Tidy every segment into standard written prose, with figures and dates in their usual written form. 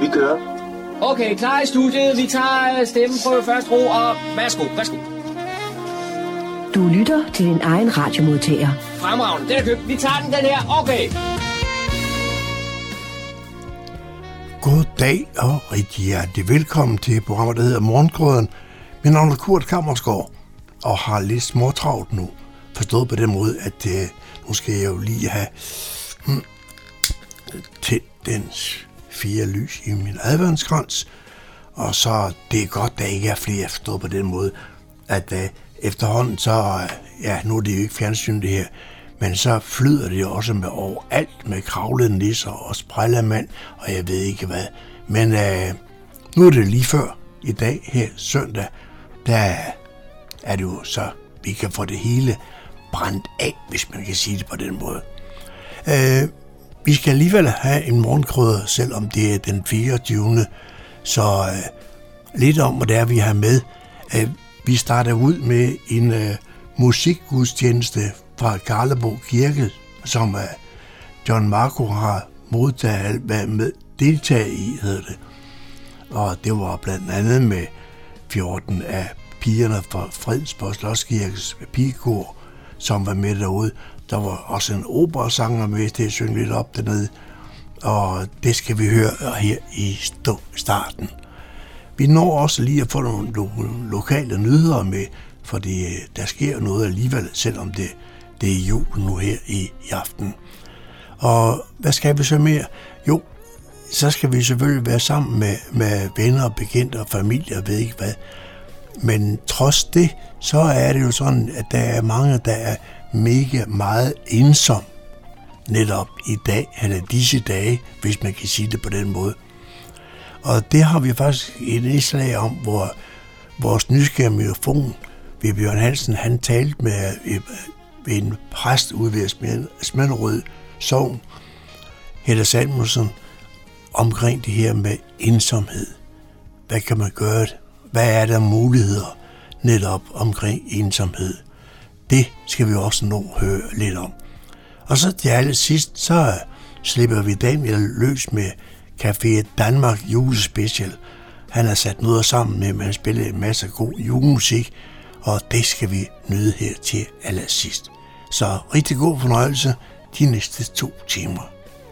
Vi kører. Okay, klar i studiet. Vi tager stemmeprøve først, ro, og værsgo. Du lytter til din egen radiomodtager. Fremragende, den er købt. Vi tager den her. Okay. God dag og rigtig hjertelig velkommen til programmet, der hedder Morgengrøden. Min navn er Kurt Kammersgaard og har lidt småtravlt nu. Forstået på den måde, at nu skal jeg jo lige have tændt den 4 lys i min adventskrans. Og så det er godt, der ikke er flere, forstået på den måde, at efterhånden så, nu er det jo ikke fjernsyn det her, men så flyder det også med overalt med kravlede nisser og sprejlermand, og jeg ved ikke hvad. Men nu er det lige før i dag, her søndag, der er det jo så, vi kan få det hele brændt af, hvis man kan sige det på den måde. Vi skal alligevel have en morgenkrydder, selvom det er den 24. Så lidt om, hvad det er, vi har med. Vi starter ud med en musikgudstjeneste fra Karlebo Kirke, som John Marco har deltaget i, hedder det. Og det var blandt andet med 14 af pigerne fra Fredensborg Slotskirkes pigekor, som var med derude. Der var også en operasanger med til at synge lidt op dernede, og det skal vi høre her i starten. Vi når også lige at få nogle lokale nyheder med, fordi der sker noget alligevel, selvom det er jul nu her i aften. Og hvad skal vi så mere? Jo, så skal vi selvfølgelig være sammen med venner og bekendte og familie og ved ikke hvad. Men trods det, så er det jo sådan, at der er mange, der er mega meget ensom netop i dag, eller disse dage, hvis man kan sige det på den måde. Og det har vi faktisk et indslag om, hvor vores nysgerrige mikrofon, Bjørn Hansen, han talte med en præst ude ved Smanderød Sogn, Hedda Salmussen, omkring det her med ensomhed. Hvad kan man gøre? Hvad er der muligheder netop omkring ensomhed? Det skal vi også nå høre lidt om. Og så til allersidst, så slipper vi Daniel løs med Café Danmark julespecial. Han har sat noget sammen med, at han spiller en masse god julemusik, og det skal vi nyde her til allersidst. Så rigtig god fornøjelse de næste 2 timer.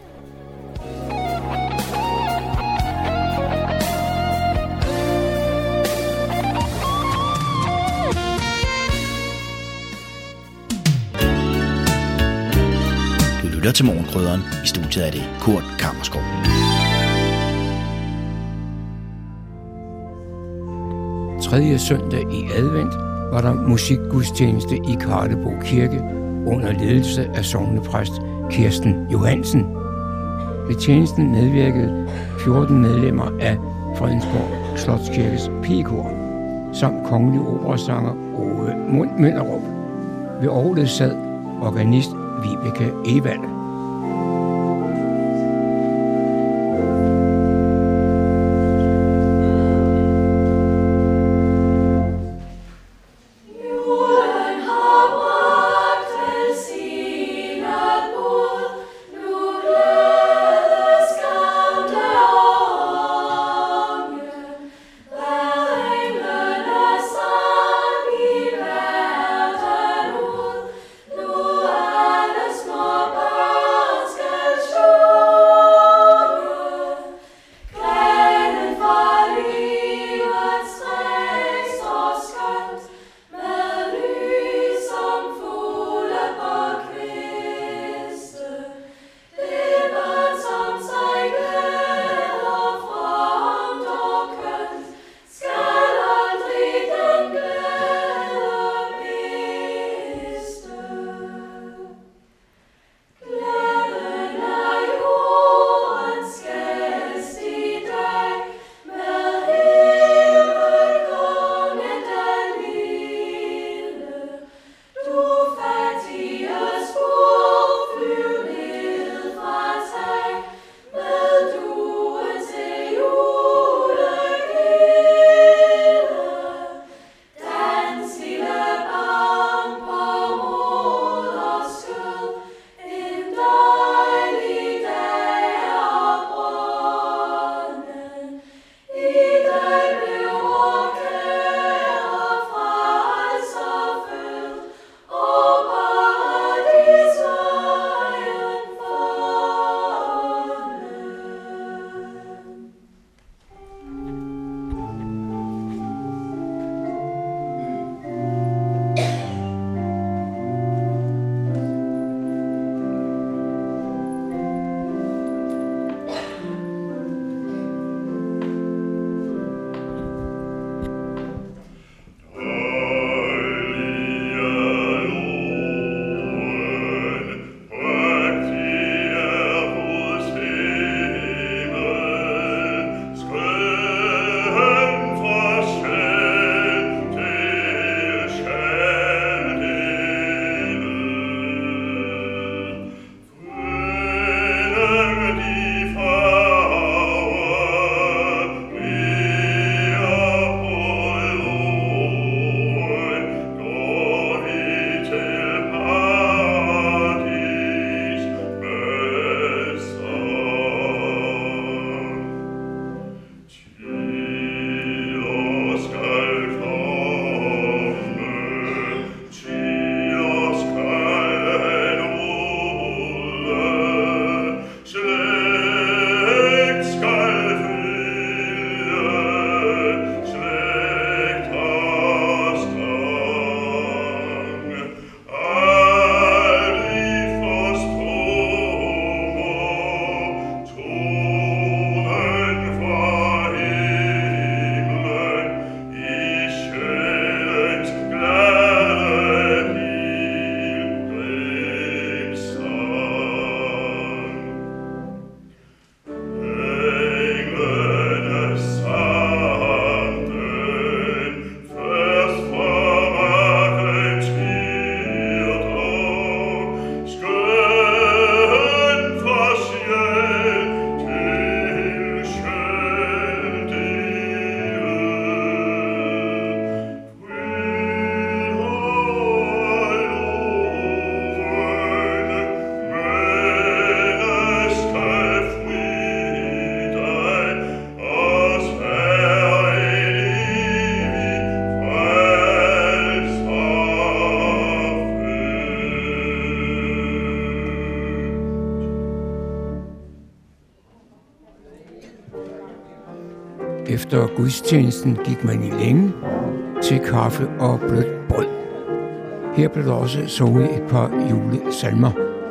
Lytter til Morgenkrydderen. I studiet er det Kurt Kammersgaard. Tredje søndag i advent var der musikgudstjeneste i Karlebo Kirke under ledelse af sognepræst Kirsten Johansen. Ved tjenesten medvirkede 14 medlemmer af Fredensborg Slotskirkes pigekor, samt kongelig operasanger Ove Møllerup. Ved orglet sad organist Vibeke Evald. Bye. Efter gudstjenesten gik man i længe til kaffe og blødt brød. Her blev der også sunget et par julesalmer.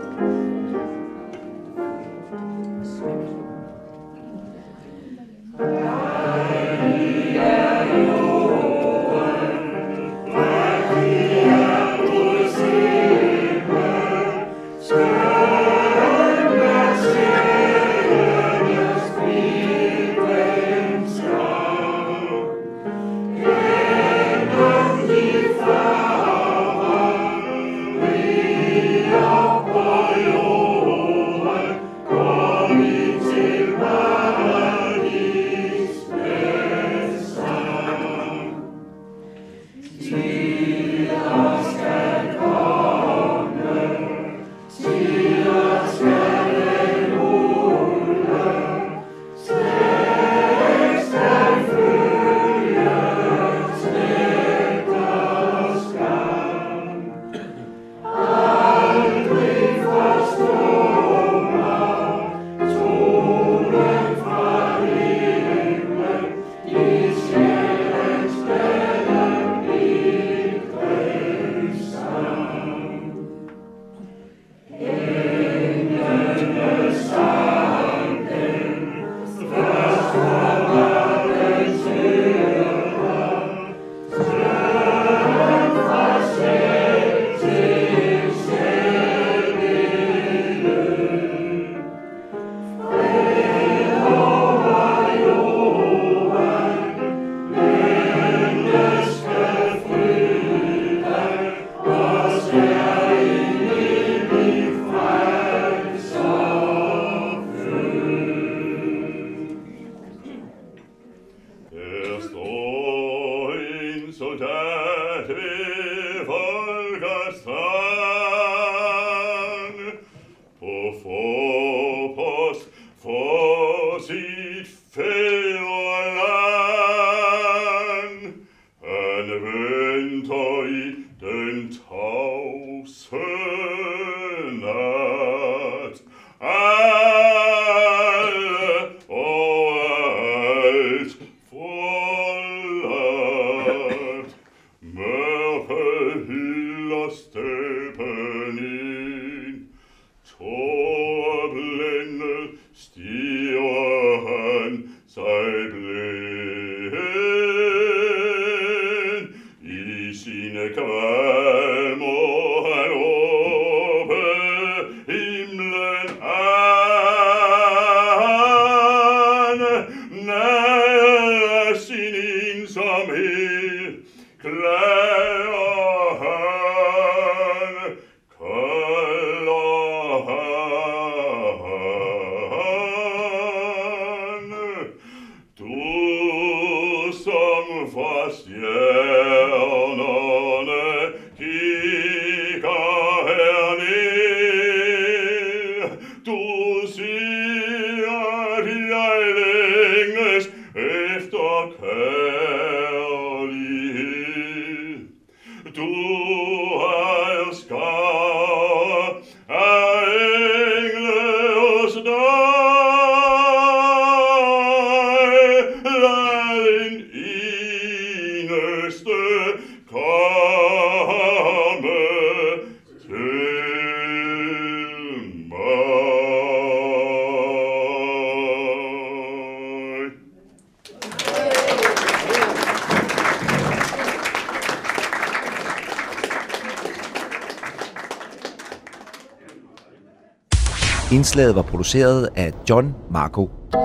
Indslaget var produceret af John Marco.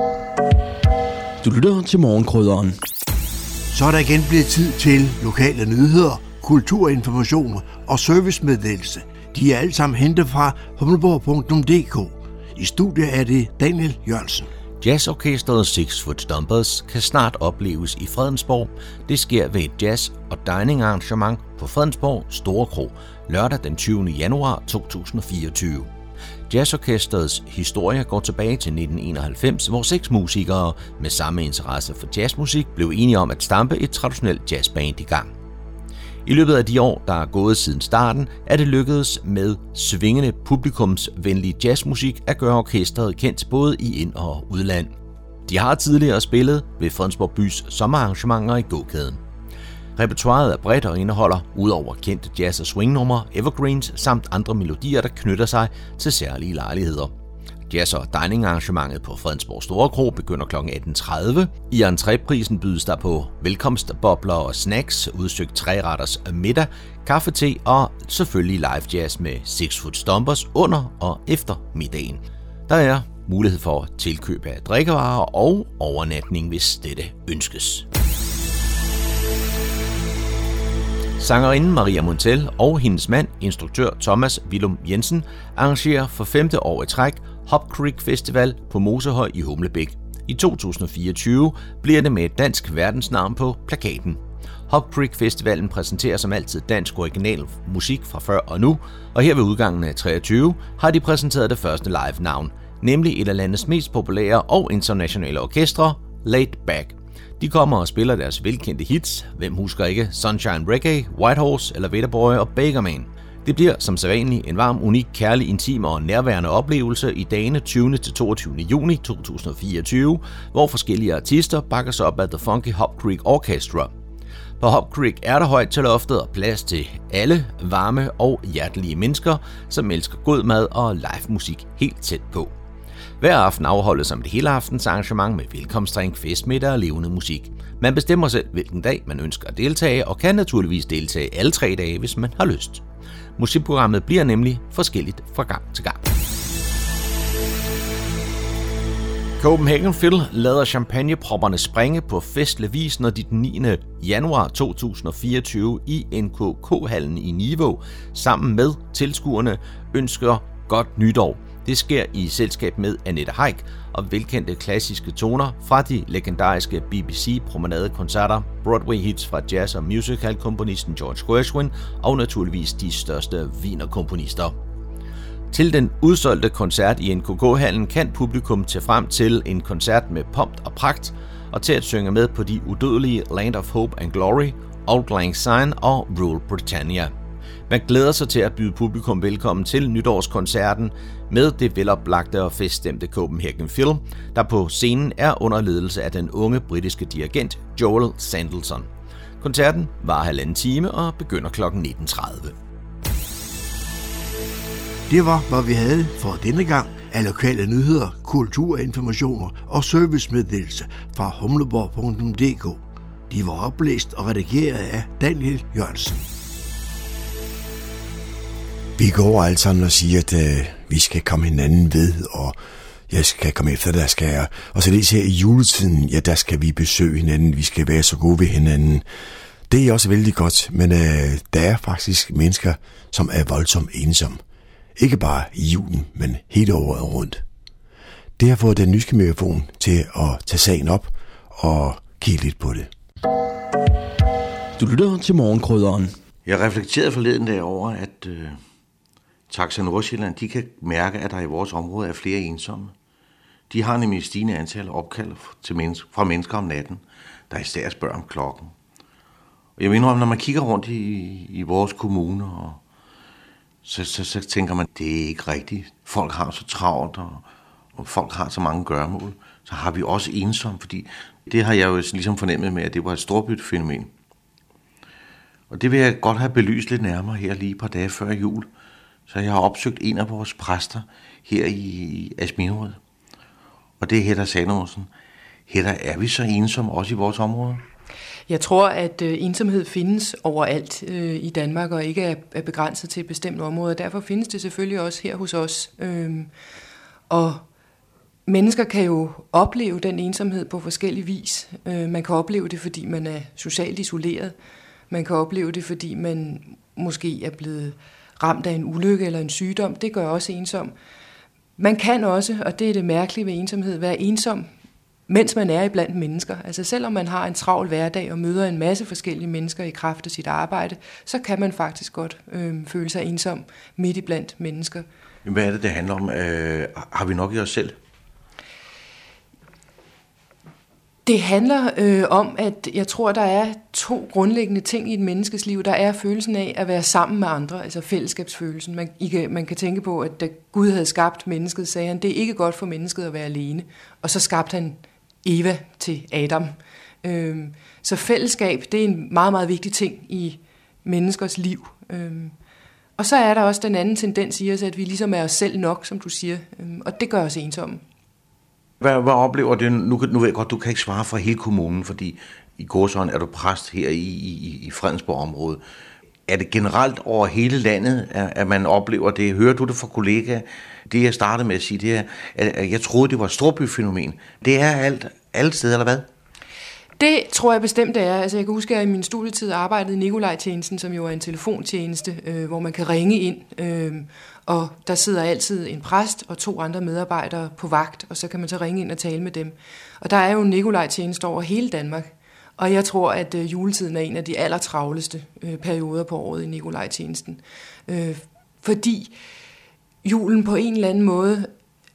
Du lytter til Morgenkrydderen. Så er der igen blevet tid til lokale nyheder, kulturinformation og servicemeddelelse. De er alle sammen hentet fra humleborg.dk. I studiet er det Daniel Jørgensen. Jazzorkestret Six Foot Stompers kan snart opleves i Fredensborg. Det sker ved et jazz- og dining arrangement på Fredensborg Store Kro, lørdag den 20. januar 2024. Jazzorkestrets historie går tilbage til 1991, hvor 6 musikere med samme interesse for jazzmusik blev enige om at stampe et traditionelt jazzband i gang. I løbet af de år, der er gået siden starten, er det lykkedes med svingende publikumsvenlig jazzmusik at gøre orkestret kendt både i ind- og udland. De har tidligere spillet ved Fredensborg Bys sommerarrangementer i gågaden. Repertoiret er bredt og indeholder, udover kendte jazz- og swingnumre, evergreens samt andre melodier, der knytter sig til særlige lejligheder. Jazz- og dining-arrangementet på Fredensborg Store Kro begynder kl. 18.30. I entréprisen bydes der på velkomstbobler og snacks, udsøgt 3-retters middag, kaffe, te og selvfølgelig live jazz med 6 Foot Stompers under og efter middagen. Der er mulighed for tilkøb af drikkevarer og overnatning, hvis dette ønskes. Sangerinden Maria Montel og hendes mand, instruktør Thomas Willum Jensen, arrangerer for 5. år i træk Hop Creek Festival på Mosehøj i Humlebæk. I 2024 bliver det med et dansk verdensnavn på plakaten. Hop Creek Festivalen præsenterer som altid dansk original musik fra før og nu, og her ved udgangen af 2023 har de præsenteret det første live-navn, nemlig et af landets mest populære og internationale orkestre, Laid Back. De kommer og spiller deres velkendte hits, hvem husker ikke Sunshine Reggae, White Horse, Elevator Boy og Baker Man. Det bliver som sædvanlig en varm, unik, kærlig, intim og nærværende oplevelse i dagene 20. til 22. juni 2024, hvor forskellige artister bakkes op af The Funky Hop Creek Orchestra. På Hop Creek er der højt til loftet og plads til alle varme og hjertelige mennesker, som elsker god mad og live musik helt tæt på. Hver aften afholdes som det hele aftens arrangement med velkomstdrink, festmiddag og levende musik. Man bestemmer selv, hvilken dag man ønsker at deltage, og kan naturligvis deltage alle 3 dage, hvis man har lyst. Musikprogrammet bliver nemlig forskelligt fra gang til gang. Copenhagen Phil lader champagnepropperne springe på festlig vis, når de den 9. januar 2024 i NKK-hallen i Nivå sammen med tilskuerne ønsker godt nytår. Det sker i selskab med Annette Heick og velkendte klassiske toner fra de legendariske BBC-promenadekoncerter, Broadway-hits fra jazz- og musical-komponisten George Gershwin og naturligvis de største wienerkomponister. Til den udsolgte koncert i NKK-hallen kan publikum tage frem til en koncert med pomp og pragt og til at synge med på de udødelige Land of Hope and Glory, Auld Lang Syne og Rule Britannia. Man glæder sig til at byde publikum velkommen til nytårskoncerten med det veloplagte og feststemte Copenhagen Phil, der på scenen er under ledelse af den unge britiske dirigent Joel Sandelson. Koncerten varer 1,5 time og begynder kl. 19.30. Det var, hvad vi havde for denne gang af lokale nyheder, kulturinformationer og servicemeddelelse fra humleborg.dk. De var oplæst og redigeret af Daniel Jørgensen. Vi går alle sammen og siger, at vi skal komme hinanden ved, og jeg skal komme efter, der skal jeg. Og så lige her i juletiden, ja, der skal vi besøge hinanden, vi skal være så gode ved hinanden. Det er også vældig godt, men der er faktisk mennesker, som er voldsomt ensomme. Ikke bare i julen, men hele året rundt. Det har fået den nyske megafon til at tage sagen op og kigge lidt på det. Du lytter til Morgenkrydderen. Jeg reflekterede forleden dag over, at Taxa Nordsjælland, de kan mærke, at der i vores område er flere ensomme. De har nemlig stigende antal opkald fra mennesker om natten, der især spørger om klokken. Og jeg mener, når man kigger rundt i vores kommune, så tænker man, det er ikke rigtigt. Folk har så travlt, og folk har så mange gøremål. Så har vi også ensomme, fordi det har jeg jo ligesom fornemmet med, at det var et storbytfænomen. Og det vil jeg godt have belyst lidt nærmere her lige et par dage før jul. Så jeg har opsøgt en af vores præster her i Asminderød. Og det er Hedda Salomonsson. Hedda, er vi så ensomme også i vores område? Jeg tror, at ensomhed findes overalt i Danmark og ikke er begrænset til et bestemt område. Derfor findes det selvfølgelig også her hos os. Og mennesker kan jo opleve den ensomhed på forskellig vis. Man kan opleve det, fordi man er socialt isoleret. Man kan opleve det, fordi man måske er blevet ramt af en ulykke eller en sygdom. Det gør også ensom. Man kan også, og det er det mærkelige ved ensomhed, være ensom, mens man er iblandt mennesker. Altså selvom man har en travl hverdag og møder en masse forskellige mennesker i kraft af sit arbejde, så kan man faktisk godt føle sig ensom midt iblandt mennesker. Hvad er det handler om? Har vi nok i os selv? Det handler om, at jeg tror, der er 2 grundlæggende ting i et menneskes liv. Der er følelsen af at være sammen med andre, altså fællesskabsfølelsen. Man kan tænke på, at da Gud havde skabt mennesket, sagde han, det er ikke godt for mennesket at være alene. Og så skabte han Eva til Adam. Så fællesskab, det er en meget, meget vigtig ting i menneskers liv. Og så er der også den anden tendens i os, at vi ligesom er os selv nok, som du siger, og det gør os ensomme. Hvad oplever du? Nu ved jeg godt, du kan ikke svare for hele kommunen, fordi i gåsøjne er du præst her i Fredensborg-området. Er det generelt over hele landet, at man oplever det? Hører du det fra kollegaer? Det jeg startede med at sige, det er, at jeg troede, det var et storbyfænomen. Det er alle steder, eller hvad? Det tror jeg bestemt, det er. Altså, jeg kan huske, at jeg i min studietid arbejdede i Nikolaj-tjenesten, som jo er en telefontjeneste, hvor man kan ringe ind, og der sidder altid en præst og 2 andre medarbejdere på vagt, og så kan man så ringe ind og tale med dem. Og der er jo en Nikolaj-tjeneste over hele Danmark, og jeg tror, at juletiden er en af de allertravleste perioder på året i Nikolaj-tjenesten. Fordi julen på en eller anden måde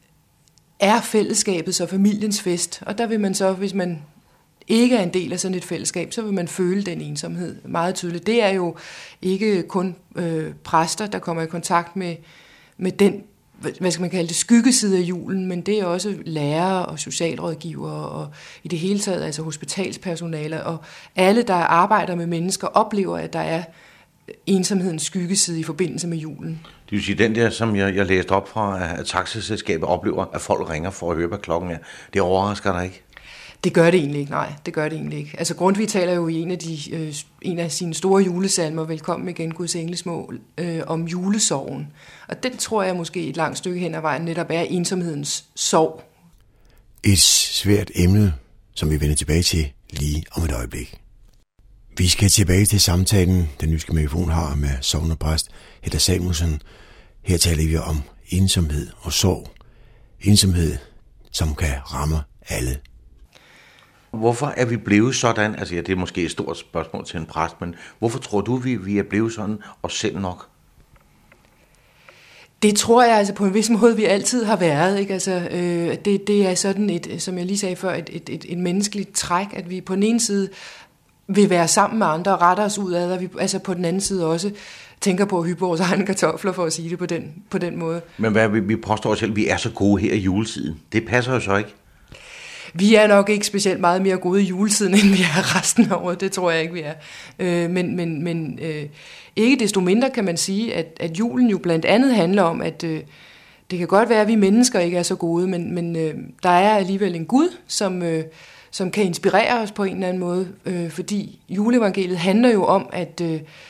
er fællesskabets og familiens fest, og der vil man så, hvis man ikke er en del af sådan et fællesskab, så vil man føle den ensomhed meget tydeligt. Det er jo ikke kun præster, der kommer i kontakt med den, hvad skal man kalde det, skyggeside af julen, men det er også lærere og socialrådgivere og i det hele taget altså hospitalspersonale, og alle, der arbejder med mennesker, oplever, at der er ensomhedens skyggeside i forbindelse med julen. Det vil sige, den der, som jeg læste op fra, at taxiselskabet oplever, at folk ringer for at høre, hvad klokken er, det overrasker dig ikke? Det gør det egentlig ikke, nej. Det gør det egentlig ikke. Altså Grundtvig taler jo i en af sine store julesalmer, Velkommen igen, Guds englesmål, om julesorgen. Og den tror jeg måske et langt stykke hen ad vejen netop er ensomhedens sorg. Et svært emne, som vi vender tilbage til lige om et øjeblik. Vi skal tilbage til samtalen, den Jyske Megafon har med sognepræst Hedda Samuelsen. Her taler vi om ensomhed og sorg. Ensomhed, som kan ramme alle. Hvorfor er vi blevet sådan? Altså ja, det er måske et stort spørgsmål til en præst, men hvorfor tror du, vi er blevet sådan og selv nok? Det tror jeg altså på en vis måde, vi altid har været. Ikke? Altså, det er sådan et, som jeg lige sagde før, et menneskeligt træk, at vi på den ene side vil være sammen med andre og rette os ud af, og vi altså på den anden side også tænker på at hyppe vores egne kartofler, for at sige det på den måde. Men vi påstår selv, at vi er så gode her i juletiden. Det passer jo så ikke. Vi er nok ikke specielt meget mere gode i juletiden, end vi er resten af året. Det tror jeg ikke, vi er. Men ikke desto mindre kan man sige, at julen jo blandt andet handler om, at det kan godt være, at vi mennesker ikke er så gode, men der er alligevel en Gud, som kan inspirere os på en eller anden måde. Fordi juleevangeliet handler jo om, at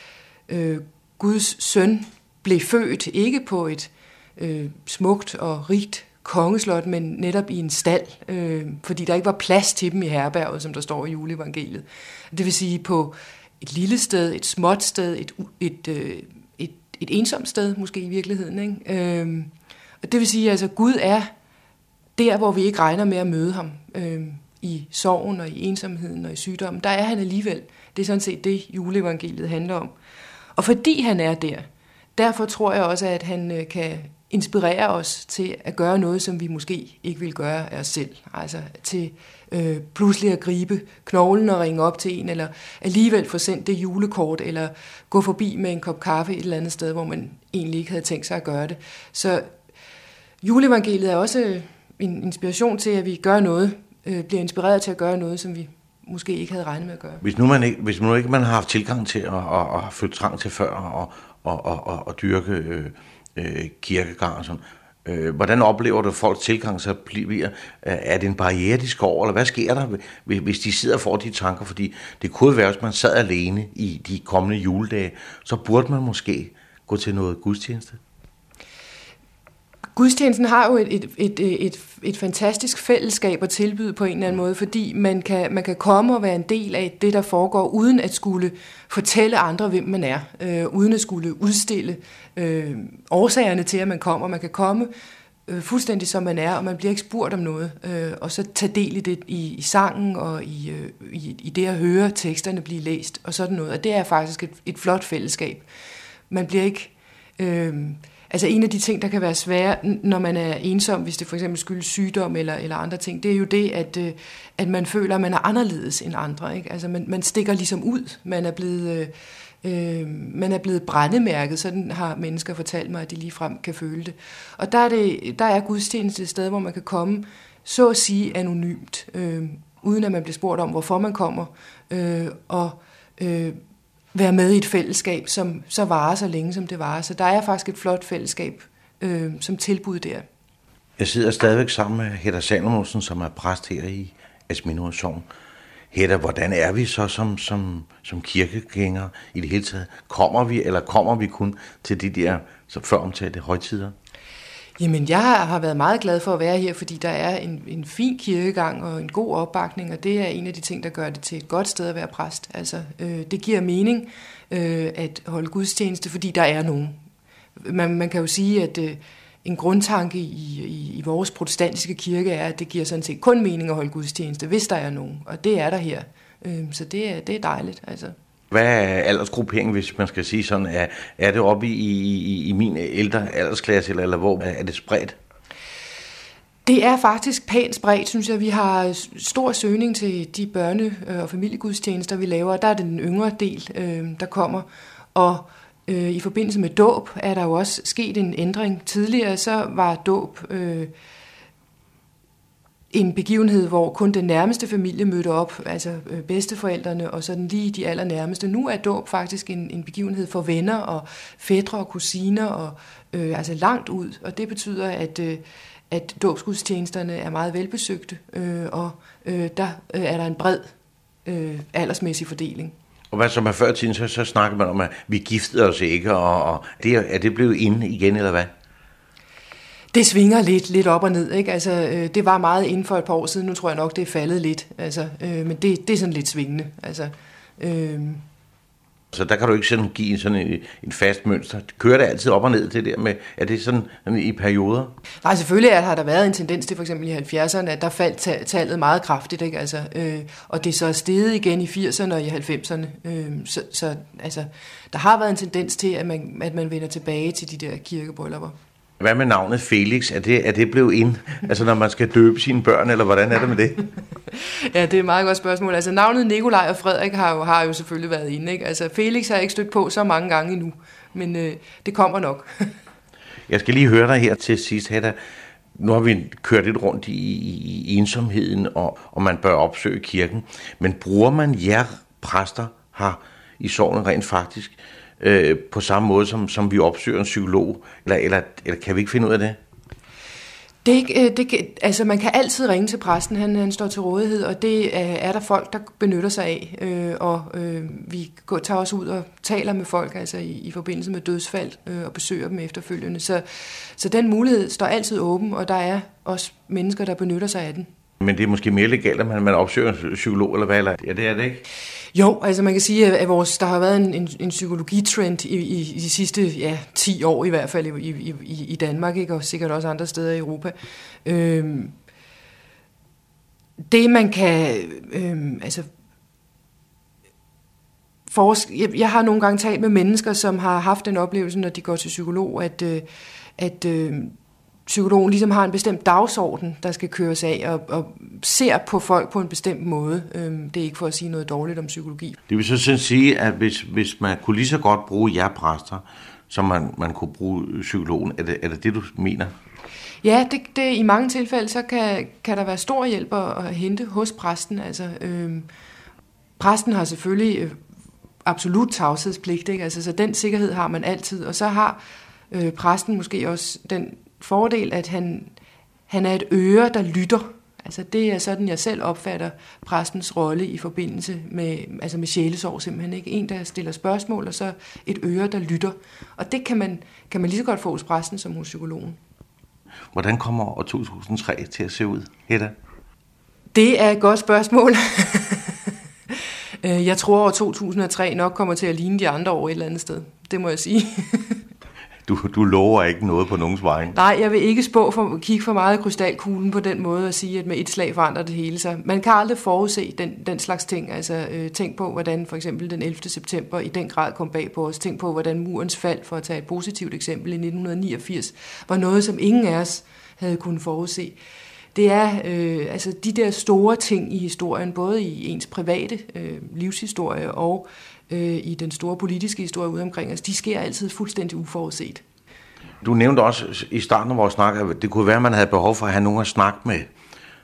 Guds søn blev født ikke på et smukt og rigt kongeslot, men netop i en stald, fordi der ikke var plads til dem i herberget, som der står i juleevangeliet. Det vil sige på et lille sted, et småt sted, et ensomt sted måske i virkeligheden. Ikke? Og det vil sige, at altså, Gud er der, hvor vi ikke regner med at møde ham. I sorgen og i ensomheden og i sygdommen. Der er han alligevel. Det er sådan set det, juleevangeliet handler om. Og fordi han er der, derfor tror jeg også, at han kan inspirere os til at gøre noget, som vi måske ikke vil gøre af os selv. Altså til pludselig at gribe knoglen og ringe op til en, eller alligevel få sendt det julekort, eller gå forbi med en kop kaffe et eller andet sted, hvor man egentlig ikke havde tænkt sig at gøre det. Så juleevangeliet er også en inspiration til, at vi gør noget, bliver inspireret til at gøre noget, som vi måske ikke havde regnet med at gøre. Hvis nu ikke man har haft tilgang til at føle trang til før og dyrke kirkegang og sådan, hvordan oplever du folks tilgang så bliver? Er det en barriere, de skal over, eller hvad sker der, hvis de sidder og får de tanker? Fordi det kunne være, hvis man sad alene i de kommende juledage, så burde man måske gå til noget gudstjeneste. Gudstjenesten har jo et fantastisk fællesskab at tilbyde på en eller anden måde, fordi man kan komme og være en del af det, der foregår, uden at skulle fortælle andre, hvem man er, uden at skulle udstille årsagerne til, at man kommer. Man kan komme fuldstændig som man er, og man bliver ikke spurgt om noget, og så tage del i det i sangen og i det at høre teksterne blive læst og sådan noget. Og det er faktisk et flot fællesskab. Man bliver ikke... Altså en af de ting, der kan være svære, når man er ensom, hvis det for eksempel skyldes sygdom eller andre ting, det er jo det, at man føler, at man er anderledes end andre. Ikke? Altså man stikker ligesom ud. Man er blevet brændemærket, sådan har mennesker fortalt mig, at de ligefrem kan føle det. Og der er gudstjeneste et sted, hvor man kan komme så at sige anonymt, uden at man bliver spurgt om, hvorfor man kommer, og være med i et fællesskab, som så varer så længe, som det varer. Så der er faktisk et flot fællesskab som tilbud der. Jeg sidder stadigvæk sammen med Hedda Salomonsen, som er præst her i Asminderød Sogn. Hedda, hvordan er vi så som kirkegængere i det hele taget? Kommer vi kun til de der så før omtalte højtider? Jamen, jeg har været meget glad for at være her, fordi der er en fin kirkegang og en god opbakning, og det er en af de ting, der gør det til et godt sted at være præst. Altså, det giver mening at holde gudstjeneste, fordi der er nogen. Man kan jo sige, at en grundtanke i vores protestantiske kirke er, at det giver sådan set kun mening at holde gudstjeneste, hvis der er nogen, og det er der her. Så det er dejligt, altså. Hvad er aldersgrupperingen, hvis man skal sige sådan? Er det oppe i min ældre aldersklasse, eller hvor er det spredt? Det er faktisk pænt spredt, synes jeg. Vi har stor søgning til de børne- og familiegudstjenester, vi laver. Der er den yngre del, der kommer. Og i forbindelse med dåb er der jo også sket en ændring. Tidligere så var dåb en begivenhed, hvor kun den nærmeste familie mødte op, altså bedsteforældrene og sådan lige de allernærmeste. Nu er dåb faktisk en begivenhed for venner og fætre og kusiner, og altså langt ud, og det betyder, at dåbsgudstjenesterne er meget velbesøgte, og der er der en bred aldersmæssig fordeling. Og hvad som er før i tiden, så snakker man om, at vi giftede os ikke, og er det blevet inde igen, eller hvad? Det svinger lidt op og ned, ikke? Altså, det var meget inden for et par år siden, nu tror jeg nok, det er faldet lidt, altså, men det er sådan lidt svingende, altså. Så der kan du ikke sådan give sådan en fast mønster. Kører det altid op og ned, det der med, er det sådan i perioder? Nej, selvfølgelig har der været en tendens til, for eksempel i 70'erne, at der faldt tallet meget kraftigt, ikke? Altså, og det så er steget igen i 80'erne og i 90'erne. Så altså, der har været en tendens til, at man vender tilbage til de der kirkebryllupper. Hvad med navnet Felix? Er det blevet ind? Altså når man skal døbe sine børn, eller hvordan er det med det? Ja, det er et meget godt spørgsmål. Altså navnet Nikolaj og Frederik har jo selvfølgelig været inde, ikke? Altså Felix har jeg ikke stødt på så mange gange endnu, men det kommer nok. Jeg skal lige høre dig her til sidst, Hedda. Nu har vi kørt lidt rundt i ensomheden, og man bør opsøge kirken. Men bruger man jer præster her i sognet rent faktisk på samme måde, som vi opsøger en psykolog? Eller kan vi ikke finde ud af det? Altså man kan altid ringe til præsten, han står til rådighed, og det er der folk, der benytter sig af. Vi tager også ud og taler med folk altså i forbindelse med dødsfald og besøger dem efterfølgende. Så den mulighed står altid åben, og der er også mennesker, der benytter sig af den. Men det er måske mere legalt, at man opsøger en psykolog, eller hvad? Eller? Ja, det er det ikke? Jo, altså man kan sige, at der har været en psykologitrend i de sidste 10 år i hvert fald i Danmark, ikke? Og sikkert også andre steder i Europa. Det man kan... jeg har nogle gange talt med mennesker, som har haft den oplevelse, når de går til psykolog, at psykologen ligesom har en bestemt dagsorden, der skal køres af, og ser på folk på en bestemt måde. Det er ikke for at sige noget dårligt om psykologi. Det vil så sådan sige, at hvis man kunne lige så godt bruge jer præster, som man kunne bruge psykologen, er det du mener? Ja, det i mange tilfælde, så kan der være stor hjælp at hente hos præsten. Altså, præsten har selvfølgelig absolut tavshedspligt, ikke? Altså, så den sikkerhed har man altid, og så har præsten måske også den fordel, at han er et øre, der lytter. Altså det er sådan, jeg selv opfatter præstens rolle i forbindelse med sjælesorg simpelthen. Ikke? En, der stiller spørgsmål, og så et øre, der lytter. Og det kan man lige så godt få hos præsten som hos psykologen. Hvordan kommer år 2003 til at se ud, Hedda? Det er et godt spørgsmål. Jeg tror, at 2003 nok kommer til at ligne de andre år et eller andet sted. Det må jeg sige. Du lover ikke noget på nogens vegne? Nej, jeg vil ikke kigge for meget i krystalkuglen på den måde at sige, at med et slag forandrer det hele sig. Man kan aldrig forudse den slags ting. Altså, tænk på, hvordan for eksempel den 11. september i den grad kom bag på os. Tænk på, hvordan murens fald, for at tage et positivt eksempel, i 1989, var noget, som ingen af os havde kunnet forudse. Det er altså de der store ting i historien, både i ens private livshistorie og i den store politiske historie ude omkring os, de sker altid fuldstændig uforudset. Du nævnte også i starten af vores snak, at det kunne være, at man havde behov for at have nogen at snakke med,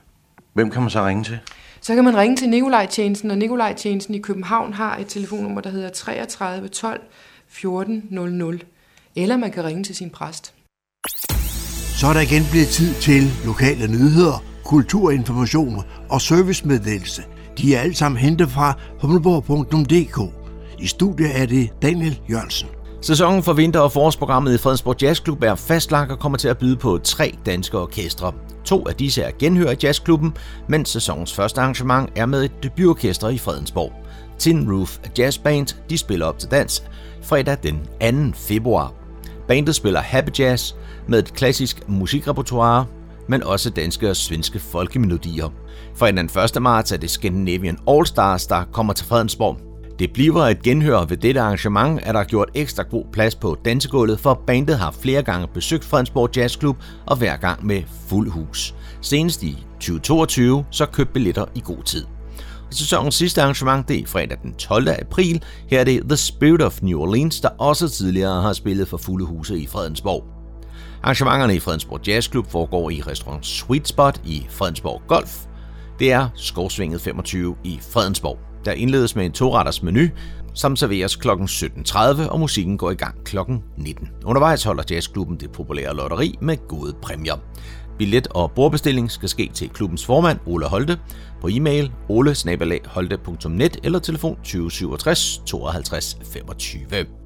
Hvem kan man så ringe til? Så kan man ringe til Nikolaj-tjenesten, og Nikolaj-tjenesten i København har et telefonnummer, der hedder 33 12 14 00. Eller man kan ringe til sin præst. Så er der igen blevet tid til lokale nyheder, kulturinformationer og servicemeddelelse. De er alle sammen hentet fra humleborg.dk. I studiet er det Daniel Jørgensen. Sæsonen for vinter- og forårsprogrammet i Fredensborg Jazzklub er fastlagt og kommer til at byde på 3 danske orkestre. 2 af disse er genhør i jazzklubben, mens sæsonens første arrangement er med et debutorkester i Fredensborg. Tin Roof Jazz Band, de spiller op til dans fredag den 2. februar. Bandet spiller happy jazz med et klassisk musikrepertoire, men også danske og svenske folkemelodier. Fredag den 1. marts er det Scandinavian All Stars, der kommer til Fredensborg. Det bliver et genhør ved dette arrangement, er der gjort ekstra god plads på dansegulvet, for bandet har flere gange besøgt Fredensborg Jazzklub og hver gang med fuld hus. Senest i 2022, så køb billetter i god tid. Og sæsonens sidste arrangement, det er fredag den 12. april. Her er det The Spirit of New Orleans, der også tidligere har spillet for fulde huse i Fredensborg. Arrangementerne i Fredensborg Jazzklub foregår i restaurant Sweet Spot i Fredensborg Golf. Det er Skovsvinget 25 i Fredensborg. Der indledes med en 2-retters menu, som serveres kl. 17.30, og musikken går i gang kl. 19. Undervejs holder jazzklubben det populære lotteri med gode præmier. Billet og bordbestilling skal ske til klubbens formand, Ole Holte, på e-mail ole@holte.net eller telefon 20 67 52 25.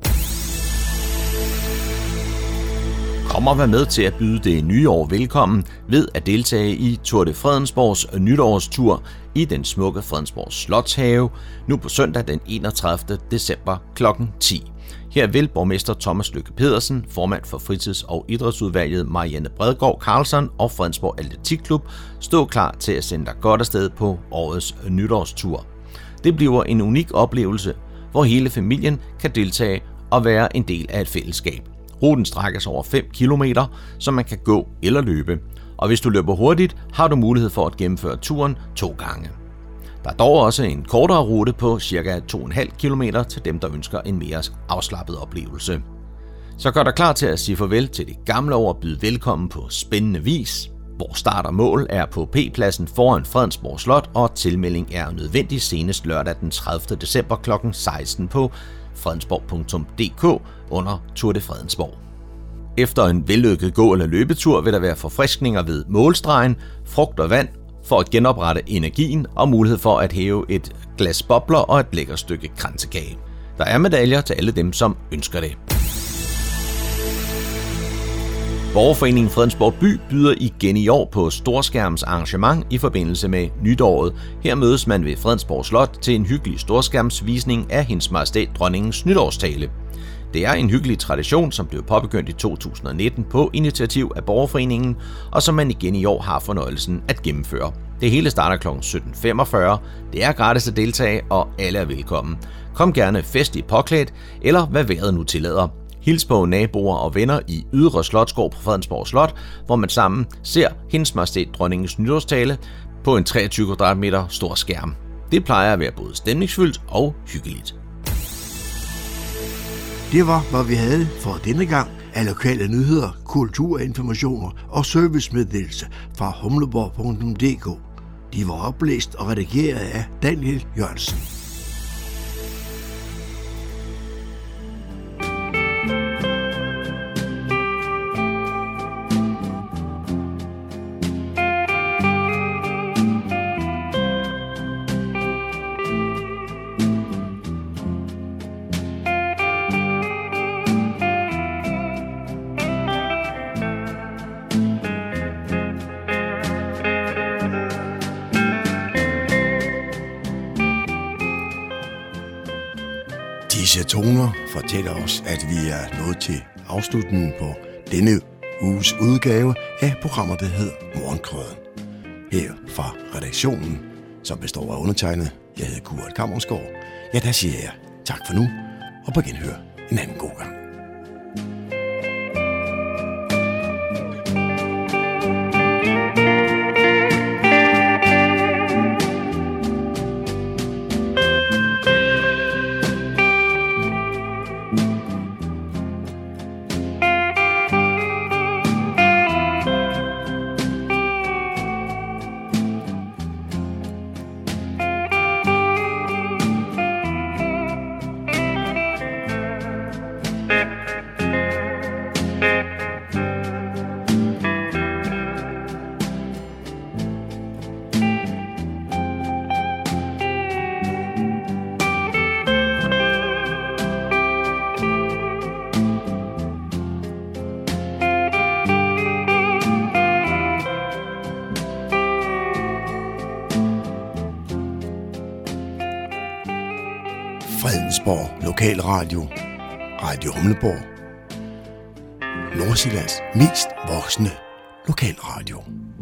Kom og vær med til at byde det nye år velkommen ved at deltage i Tour de Fredensborgs nytårstur i den smukke Fredensborg Slotshave nu på søndag den 31. december kl. 10. Her vil borgmester Thomas Lykke Pedersen, formand for fritids- og idrætsudvalget Marianne Bredgaard Carlson og Fredensborg Atletikklub stå klar til at sende dig godt afsted på årets nytårstur. Det bliver en unik oplevelse, hvor hele familien kan deltage og være en del af et fællesskab. Ruten strækker sig over 5 km, som man kan gå eller løbe. Og hvis du løber hurtigt, har du mulighed for at gennemføre turen 2 gange. Der er dog også en kortere rute på ca. 2,5 km til dem, der ønsker en mere afslappet oplevelse. Så gør dig klar til at sige farvel til det gamle år og byde velkommen på spændende vis. Hvor start og mål er på P-pladsen foran Fredensborg Slot, og tilmelding er nødvendig senest lørdag den 30. december kl. 16 på fredensborg.dk under Tour de Fredensborg. Efter en vellykket gå- eller løbetur vil der være forfriskninger ved målstregen, frugt og vand for at genoprette energien og mulighed for at hæve et glas bobler og et lækkert stykke kransekage. Der er medaljer til alle dem, som ønsker det. Borgerforeningen Fredensborg By byder igen i år på storskærms arrangement i forbindelse med nytåret. Her mødes man ved Fredensborg Slot til en hyggelig storskærmsvisning af Hendes Majestæt Dronningens nytårstale. Det er en hyggelig tradition, som blev påbegyndt i 2019 på initiativ af Borgerforeningen, og som man igen i år har fornøjelsen at gennemføre. Det hele starter kl. 17.45. Det er gratis at deltage, og alle er velkommen. Kom gerne festligt påklædt, eller hvad vejret nu tillader. Hils på naboer og venner i Ydre Slotsgård på Fredensborg Slot, hvor man sammen ser Hendes Majestæt Dronningens nytårstale på en 23 kvadratmeter stor skærm. Det plejer at være både stemningsfyldt og hyggeligt. Det var, hvad vi havde for denne gang af lokale nyheder, kulturinformationer og servicemeddelelse fra humleborg.dk. De var oplæst og redigeret af Daniel Jørgensen. Disse toner fortæller os, at vi er nået til afslutningen på denne uges udgave af programmet, der hedder Morgenkrøden. Her fra redaktionen, som består af undertegnet, jeg hedder Kurt Kammersgaard. Ja, der siger jeg tak for nu, og på genhør en anden god gang. Fredensborg Lokalradio, Radio Humleborg, Nordsjællands mest voksne lokalradio.